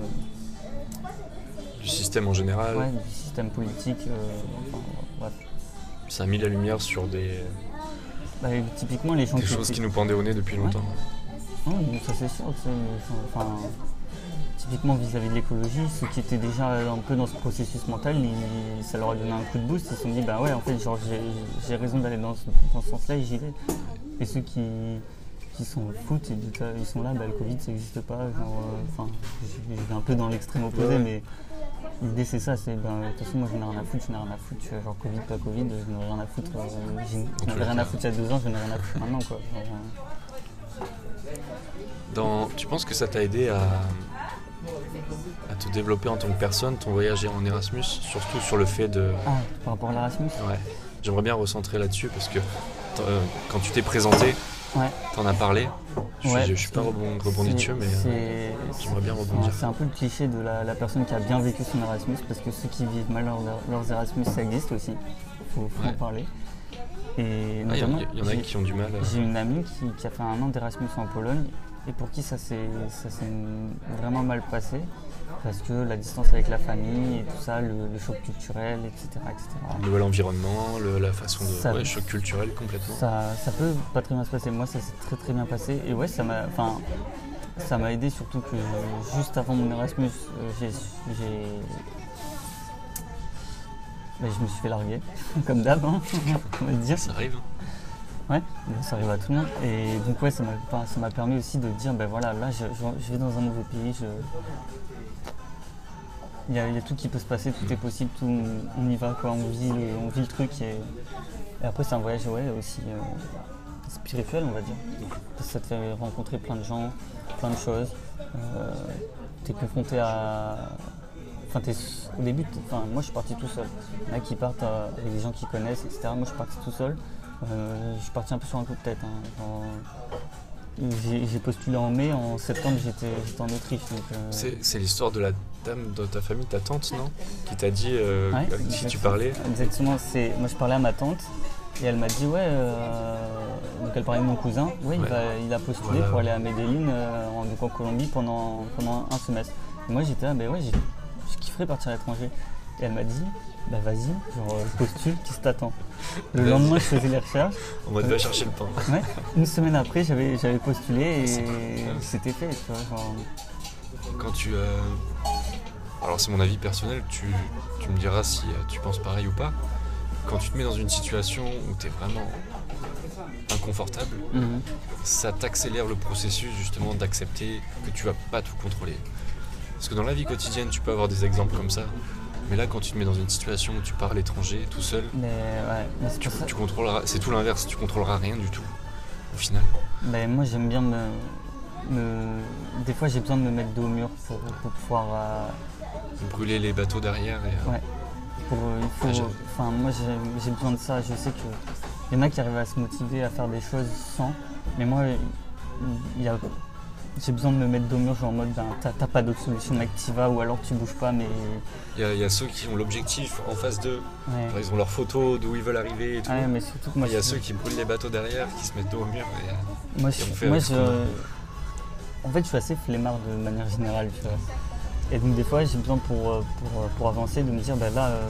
Du système en général. Du système politique. Bref. Ça a mis la lumière sur des typiquement les gens des choses qui nous pendaient au nez depuis longtemps. Non, ça c'est sûr. Typiquement vis-à-vis de l'écologie, ceux qui étaient déjà un peu dans ce processus mental, ça leur a donné un coup de boost. Ils se sont dit, en fait, j'ai raison d'aller dans ce sens-là et j'y vais. Et ceux qui s'en foutent, ils sont là, le Covid, ça n'existe pas. Je vais un peu dans l'extrême opposé, mais l'idée c'est ça, c'est de toute façon, moi je n'ai rien à foutre, genre Covid, pas Covid, je n'ai rien à foutre. Je n'avais rien à foutre il y a 2 ans, je n'ai rien à foutre maintenant, quoi. Tu penses que ça t'a aidé à te développer en tant que personne, ton voyage en Erasmus, surtout sur le fait de... par rapport à l'Erasmus ? Ouais, j'aimerais bien recentrer là-dessus parce que quand tu t'es présenté, t'en as parlé, je suis pas rebondi dessus, mais j'aimerais bien rebondir. C'est un peu le cliché de la personne qui a bien vécu son Erasmus, parce que ceux qui vivent mal leurs Erasmus, ça existe aussi, il faut en parler. Et notamment, y en a qui ont du mal. J'ai une amie qui a fait 1 an d'Erasmus en Pologne, et pour qui ça s'est vraiment mal passé, parce que la distance avec la famille et tout ça, le choc culturel, etc. Le nouvel environnement, la façon de... choc culturel complètement. Ça peut pas très bien se passer. Moi, ça s'est très très bien passé. Et ça m'a aidé, surtout que juste avant mon Erasmus, je me suis fait larguer, comme d'hab, on va dire. Ça arrive. Ça arrive à tout le monde. Et donc ça m'a permis aussi de dire, là je vais dans un nouveau pays, il y a tout qui peut se passer, tout est possible, on y va, quoi, on vit le truc. Et après c'est un voyage aussi spirituel, on va dire. Parce que ça te fait rencontrer plein de gens, plein de choses. T'es confronté à... au début, moi je suis parti tout seul. Il y en a qui partent avec des gens qui connaissent, etc. Moi je suis parti tout seul. Je suis parti un peu sur un coup de tête. J'ai postulé en mai, en septembre j'étais en Autriche. C'est l'histoire de la dame de ta famille, ta tante, non ? Qui t'a dit si tu parlais. Exactement, moi je parlais à ma tante et elle m'a dit donc elle parlait de mon cousin, il a postulé pour aller à Medellín en Colombie pendant un semestre. Et moi j'étais là, je kifferais partir à l'étranger. Et elle m'a dit, vas-y, postule, qu'est-ce que t'attends ? Le lendemain, je faisais les recherches. On va devoir chercher le pain. Une semaine après, j'avais postulé et c'était fait. Tu vois, Quand tu... Alors c'est mon avis personnel, tu me diras si tu penses pareil ou pas. Quand tu te mets dans une situation où tu es vraiment inconfortable, ça t'accélère le processus justement d'accepter que tu vas pas tout contrôler. Parce que dans la vie quotidienne, tu peux avoir des exemples comme ça. Mais là, quand tu te mets dans une situation où tu pars à l'étranger, tout seul, tu contrôleras, c'est tout l'inverse, tu contrôleras rien du tout, au final. Moi, j'aime bien des fois, j'ai besoin de me mettre dos au mur pour pouvoir... brûler les bateaux derrière. Moi, j'ai besoin de ça. Je sais qu'il y en a qui arrivent à se motiver à faire des choses sans. Mais moi, j'ai besoin de me mettre dos au mur, genre en mode t'as pas d'autre solution, mec, t'y vas, ou alors tu bouges pas, mais... Il y a ceux qui ont l'objectif en face d'eux, ils ont leurs photos d'où ils veulent arriver et tout. Mais surtout que moi, il y a ceux qui brûlent les bateaux derrière, qui se mettent dos au mur en fait, je suis assez flemmard de manière générale, tu vois. Et donc des fois, j'ai besoin pour avancer de me dire,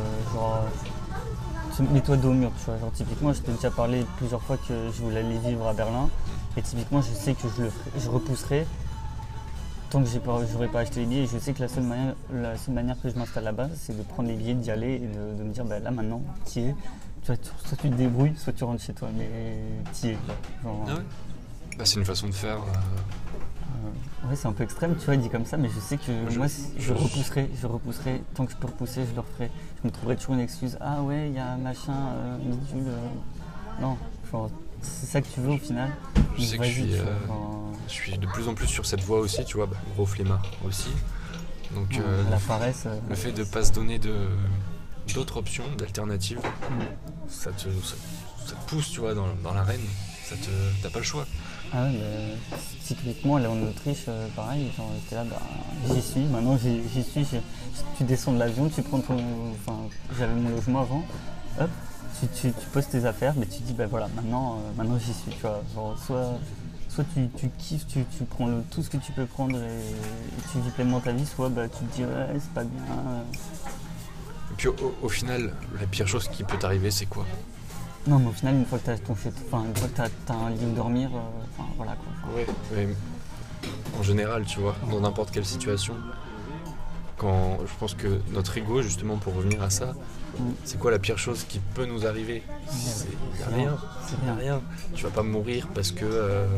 mets-toi dos au mur, tu vois. Genre, typiquement, je t'ai déjà parlé plusieurs fois que je voulais aller vivre à Berlin. Et typiquement, je sais que je repousserai tant que j'aurais pas acheté les billets, je sais que la seule manière que je m'installe là-bas, c'est de prendre les billets, d'y aller et de me dire là maintenant, t'y es. Soit tu te débrouilles, soit tu rentres chez toi, mais t'y es. Genre, Ah ouais. Bah, c'est une façon de faire. ouais, c'est un peu extrême, tu vois, dit comme ça, mais je sais que je repousserai, tant que je peux repousser, je le referai. Je me trouverai toujours une excuse. Ah ouais, il y a machin, bidule. Non, genre, c'est ça que tu veux au final. Je sais que je suis de plus en plus sur cette voie aussi, tu vois, gros flemmard aussi. Donc la paresse. le fait de ne pas se donner d'autres options, d'alternatives, ça te pousse, tu vois, dans l'arène. T'as pas le choix. Ah ouais, mais typiquement, là en Autriche, pareil, genre, j'étais là, j'y suis, maintenant j'y suis, tu descends de l'avion, tu prends j'avais mon logement avant, hop, tu poses tes affaires, mais tu dis, voilà, maintenant j'y suis, tu vois, genre, soit tu kiffes, tu prends tout ce que tu peux prendre et tu vis pleinement ta vie, soit tu te dis, ouais, c'est pas bien. Et puis au final, la pire chose qui peut t'arriver, c'est quoi ? Non, mais au final, une fois que tu as une fois que t'as un lit où dormir, voilà quoi. Ouais, mais en général, tu vois, dans n'importe quelle situation, quand je pense que notre ego, justement, pour revenir à ça, c'est quoi la pire chose qui peut nous arriver ? Il n'y a rien. Tu vas pas mourir parce qu'un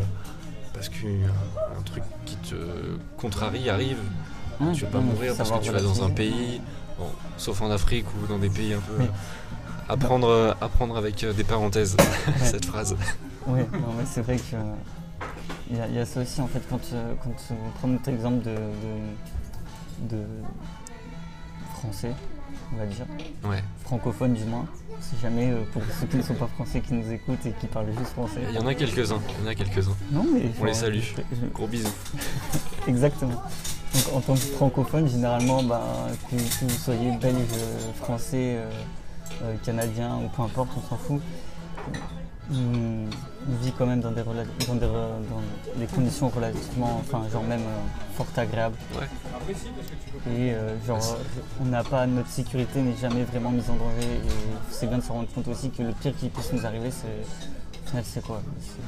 truc qui te contrarie arrive. Tu vas pas mourir parce que tu vas dans un pays, sauf en Afrique ou dans des pays un peu... Apprendre avec des parenthèses, cette phrase. Oui, c'est vrai que il y a ça aussi en fait quand on prend notre exemple de français, on va dire, francophone du moins, si jamais pour ceux qui ne sont pas français qui nous écoutent et qui parlent juste français. Il y en a quelques-uns. Non, mais on les salue. Gros bisous. Exactement. Donc en tant que francophone, généralement, que vous soyez belge, français, canadien ou peu importe, on s'en fout. On vit quand même dans des conditions relativement, même fort agréables. Ouais. Et on n'a pas, notre sécurité n'est jamais vraiment mise en danger. Et c'est bien de se rendre compte aussi que le pire qui puisse nous arriver, c'est quoi ?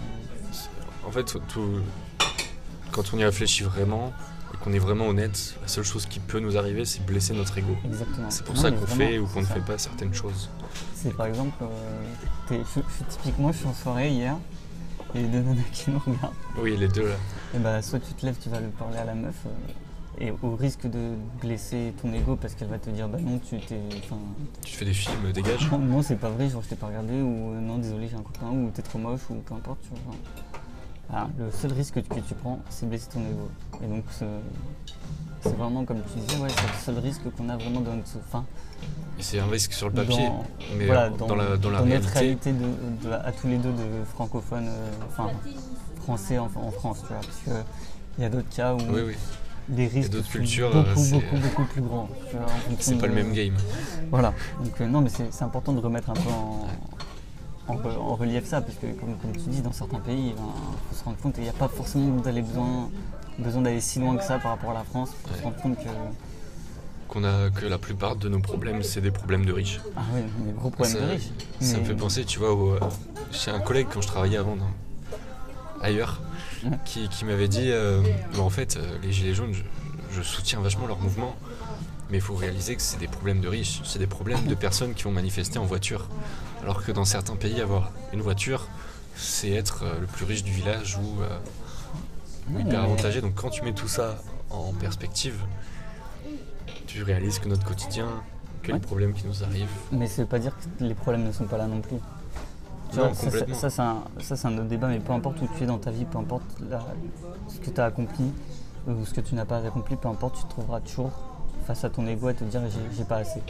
En fait, quand on y réfléchit vraiment et qu'on est vraiment honnête, la seule chose qui peut nous arriver, c'est blesser notre ego. Exactement. C'est pour ça qu'on fait ou qu'on ne fait pas certaines choses. C'est par exemple, typiquement, je suis en soirée hier, et les deux nanas qui nous regardent. Oui, les deux là. Et soit tu te lèves, tu vas lui parler à la meuf, et au risque de blesser ton ego parce qu'elle va te dire non, tu te fais des films, dégage. Non, c'est pas vrai, genre je t'ai pas regardé, ou non, désolé, j'ai un copain, ou t'es trop moche, ou peu importe, tu vois. Alors, le seul risque que tu prends, c'est blesser ton ego. Et donc, c'est vraiment, comme tu disais, c'est le seul risque qu'on a vraiment dans notre... Et c'est un risque sur le papier, mais dans la notre réalité à tous les deux de francophones, français en France, tu vois. Parce qu'il y a d'autres cas où les risques sont beaucoup plus grands. Tu vois, c'est pas le même game. Voilà. Donc, non, mais c'est important de remettre un peu en relief ça, parce que comme tu dis, dans certains pays, il faut se rendre compte qu'il n'y a pas forcément besoin d'aller si loin que ça par rapport à la France pour se rendre compte que la plupart de nos problèmes, c'est des problèmes de riches. Ah oui, des gros problèmes de riches. Ça me fait penser, tu vois, chez un collègue quand je travaillais avant ailleurs, qui m'avait dit en fait, les gilets jaunes, je soutiens vachement leur mouvement, mais il faut réaliser que c'est des problèmes de riches, c'est des problèmes de personnes qui vont manifester en voiture. Alors que dans certains pays, avoir une voiture, c'est être le plus riche du village ou hyper avantagé. Donc quand tu mets tout ça en perspective, tu réalises que notre quotidien, que les problèmes qui nous arrivent... Mais ça veut pas dire que les problèmes ne sont pas là non plus. Complètement. Ça, c'est un autre débat, mais peu importe où tu es dans ta vie, peu importe ce que tu as accompli ou ce que tu n'as pas accompli, peu importe, tu te trouveras toujours face à ton ego à te dire j'ai pas assez.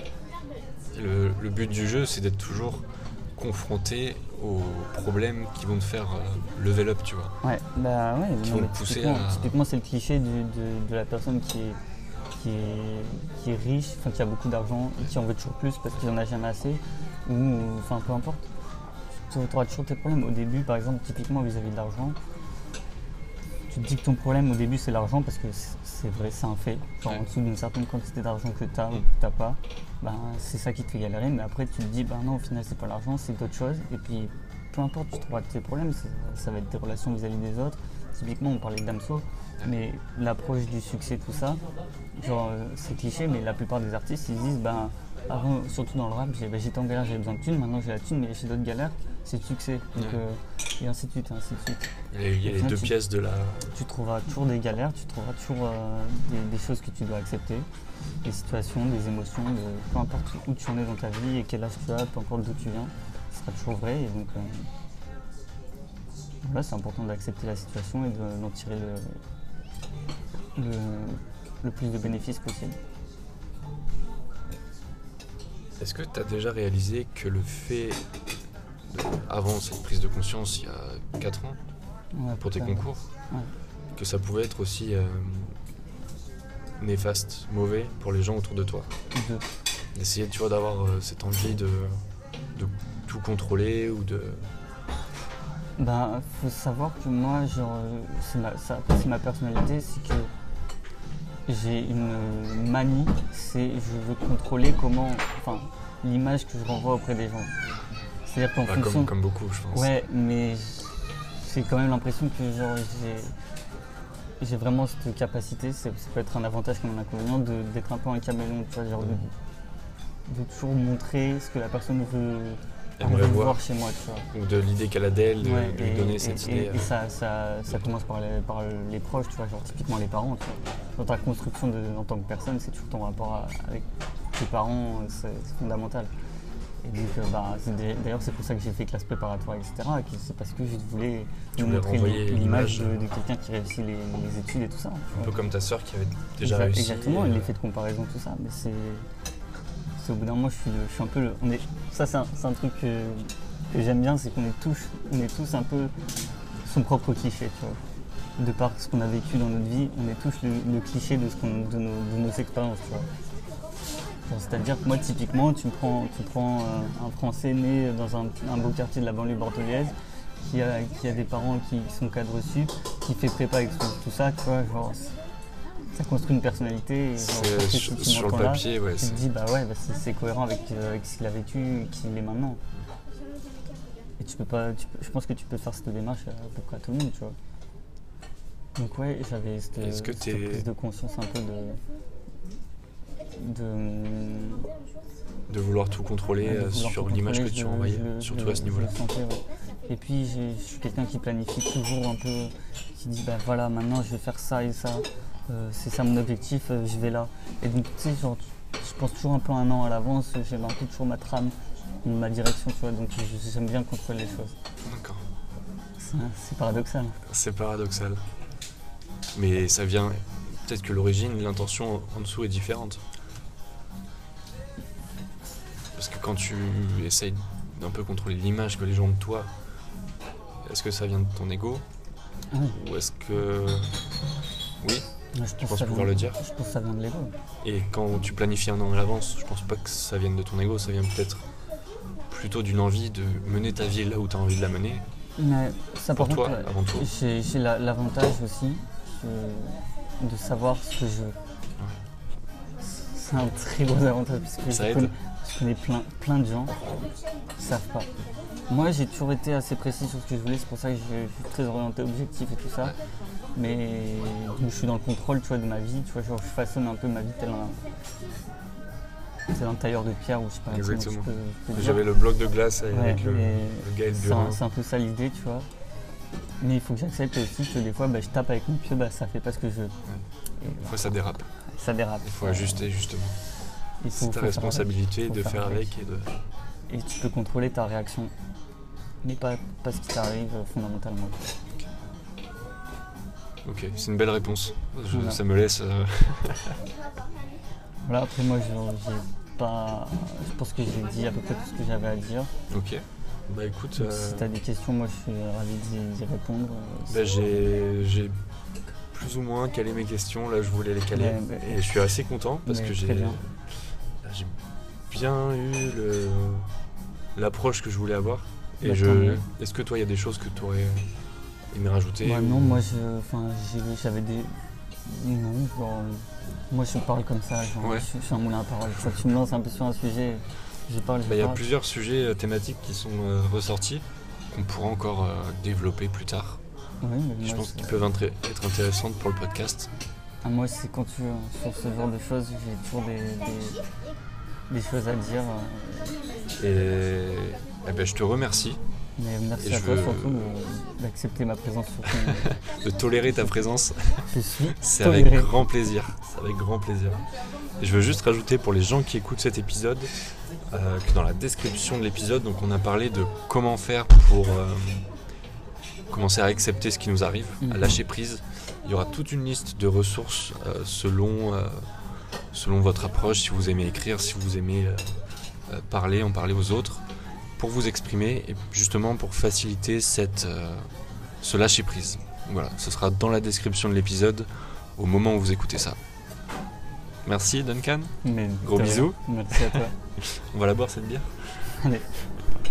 Le but du jeu, c'est d'être toujours confronté aux problèmes qui vont te faire level up, tu vois. Qui vont te pousser typiquement, c'est le cliché de la personne qui est riche, qui a beaucoup d'argent et qui en veut toujours plus parce qu'il n'en a jamais assez, ou peu importe. Tu auras toujours tes problèmes. Au début, par exemple, typiquement vis-à-vis de l'argent, tu te dis que ton problème au début c'est l'argent parce que c'est vrai, c'est un fait. En dessous d'une certaine quantité d'argent que tu as ou que tu n'as pas, c'est ça qui te fait galérer. Mais après tu te dis non, au final c'est pas l'argent, c'est d'autres choses. Et puis peu importe, tu trouveras tes problèmes, ça va être tes relations vis-à-vis des autres. Typiquement, on parlait de Damso. Mais l'approche du succès, tout ça, genre c'est cliché, mais la plupart des artistes ils disent avant, surtout dans le rap, j'étais en galère, j'avais besoin de thunes, maintenant j'ai la thune, mais j'ai d'autres galères, c'est le succès. Donc, et ainsi de suite, et ainsi de suite. Il y a les deux pièces de la... Tu trouveras toujours des galères, tu trouveras toujours des choses que tu dois accepter, des situations, des émotions, peu importe où tu en es dans ta vie et quel âge tu as, peu importe d'où tu viens, ce sera toujours vrai. Et donc voilà, c'est important d'accepter la situation et d'en tirer le plus de bénéfices possible. Est-ce que tu as déjà réalisé que le fait, avant cette prise de conscience il y a 4 ans, pour tes concours, que ça pouvait être aussi néfaste, mauvais pour les gens autour de toi? D'essayer, tu vois, d'avoir cette envie de tout contrôler ou de... Faut savoir que moi, c'est ma personnalité, c'est que j'ai une manie, c'est je veux contrôler l'image que je renvoie auprès des gens. C'est-à-dire qu'en fonction... Comme beaucoup, je pense. Ouais, mais j'ai quand même l'impression que j'ai vraiment cette capacité, ça peut être un avantage comme un inconvénient, d'être un peu un caméléon, tu vois, genre de toujours montrer ce que la personne veut voir chez moi, tu vois. Ou de l'idée qu'elle a d'elle, de lui donner cette idée. Et ça commence par les proches, tu vois, genre typiquement les parents, tu vois. Dans ta construction en tant que personne, c'est toujours ton rapport avec tes parents, c'est fondamental. Et donc, d'ailleurs, c'est pour ça que j'ai fait classe préparatoire, etc. C'est parce que je voulais montrer l'image de quelqu'un qui réussit les études et tout ça. Un peu comme ta sœur qui avait déjà réussi. Exactement, l'effet de comparaison, tout ça. Mais c'est au bout d'un moment, je suis un peu ça, c'est un truc que j'aime bien, c'est qu'on est tous un peu son propre cliché, tu vois. De par ce qu'on a vécu dans notre vie, on est tous le cliché de nos expériences, tu vois. C'est-à-dire que moi, typiquement, tu prends un Français né dans un beau quartier de la banlieue bordelaise, qui a des parents qui sont cadres sup, qui fait prépa avec tout ça, tu vois, genre, ça construit une personnalité. Et sur le papier, ouais. Tu te dis, c'est cohérent avec ce qu'il a vécu et qui il est maintenant. Et je pense que tu peux faire cette démarche à peu près à tout le monde, tu vois. Donc ouais, j'avais cette prise de conscience un peu de vouloir tout contrôler sur l'image que tu envoyais, surtout à ce niveau-là. Et puis je suis quelqu'un qui planifie toujours un peu, qui dit voilà, maintenant je vais faire ça et ça, c'est ça mon objectif, je vais là. Et donc tu sais, genre, je pense toujours un peu un an à l'avance, j'ai un peu toujours ma trame, ma direction, tu vois, donc j'aime bien contrôler les choses. D'accord. C'est paradoxal. C'est paradoxal. Mais ça vient, peut-être que l'origine, l'intention en dessous est différente. Parce que quand tu essayes d'un peu contrôler l'image que les gens ont de toi, est-ce que ça vient de ton ego? Ou est-ce que... Oui, je pense pouvoir le dire. Je pense que ça vient de l'ego. Et quand tu planifies un an à l'avance, je pense pas que ça vienne de ton ego, ça vient peut-être plutôt d'une envie de mener ta vie là où tu as envie de la mener. Mais ça, pour par toi, contre, avant tout. J'ai l'avantage aussi de savoir ce que je veux. C'est un très gros avantage parce que je connais plein de gens qui ne savent pas. Moi, j'ai toujours été assez précis sur ce que je voulais, c'est pour ça que je suis très orienté objectif et tout ça. Mais donc, je suis dans le contrôle, tu vois, de ma vie, tu vois, genre, je façonne un peu ma vie tel un tailleur de pierre ou je sais pas. Exactement. J'avais le bloc de glace avec le Gaël Burin. C'est un peu ça l'idée, tu vois. Mais il faut que j'accepte aussi que des fois, je tape avec mon pied, ça fait pas ce que je veux. Des fois, ça dérape. Ça dérape. Il faut ajuster, justement. C'est ta responsabilité de faire avec et tu peux contrôler ta réaction, mais pas ce qui t'arrive fondamentalement. Ok, c'est une belle réponse. Ça me laisse... Voilà, après moi, je pense que j'ai dit à peu près tout ce que j'avais à dire. Ok. Bah écoute... Si t'as des questions, moi je suis ravi d'y répondre. J'ai plus ou moins calé mes questions, là je voulais les caler. Et je suis assez content parce que j'ai bien eu l'approche que je voulais avoir. Et est-ce que toi il y a des choses que tu aurais aimé rajouter? Non, moi j'avais des... Non, genre, moi je parle comme ça, genre, je suis un moulin à parole. Quand tu me lances un peu sur un sujet, je parle. Il y a plusieurs sujets thématiques qui sont ressortis, qu'on pourra encore développer plus tard. Oui, mais je moi, pense qu'ils peuvent être intéressantes pour le podcast. moi, c'est quand sur ce genre de choses, j'ai toujours des choses à dire. Et ben, je te remercie Mais merci Et à je toi veux- surtout d'accepter ma présence sur ton... de tolérer ta présence. Je suis C'est toléré. avec grand plaisir. C'est avec grand plaisir. Et je veux juste rajouter pour les gens qui écoutent cet épisode que dans la description de l'épisode, donc on a parlé de comment faire pour commencer à accepter ce qui nous arrive, à lâcher prise. Il y aura toute une liste de ressources selon votre approche, si vous aimez écrire, si vous aimez en parler aux autres, pour vous exprimer et justement pour faciliter ce lâcher prise. Voilà, ce sera dans la description de l'épisode au moment où vous écoutez ça. Merci Duncan, Mais Gros de rien. bisous. Merci à toi. On va la boire cette bière. Allez.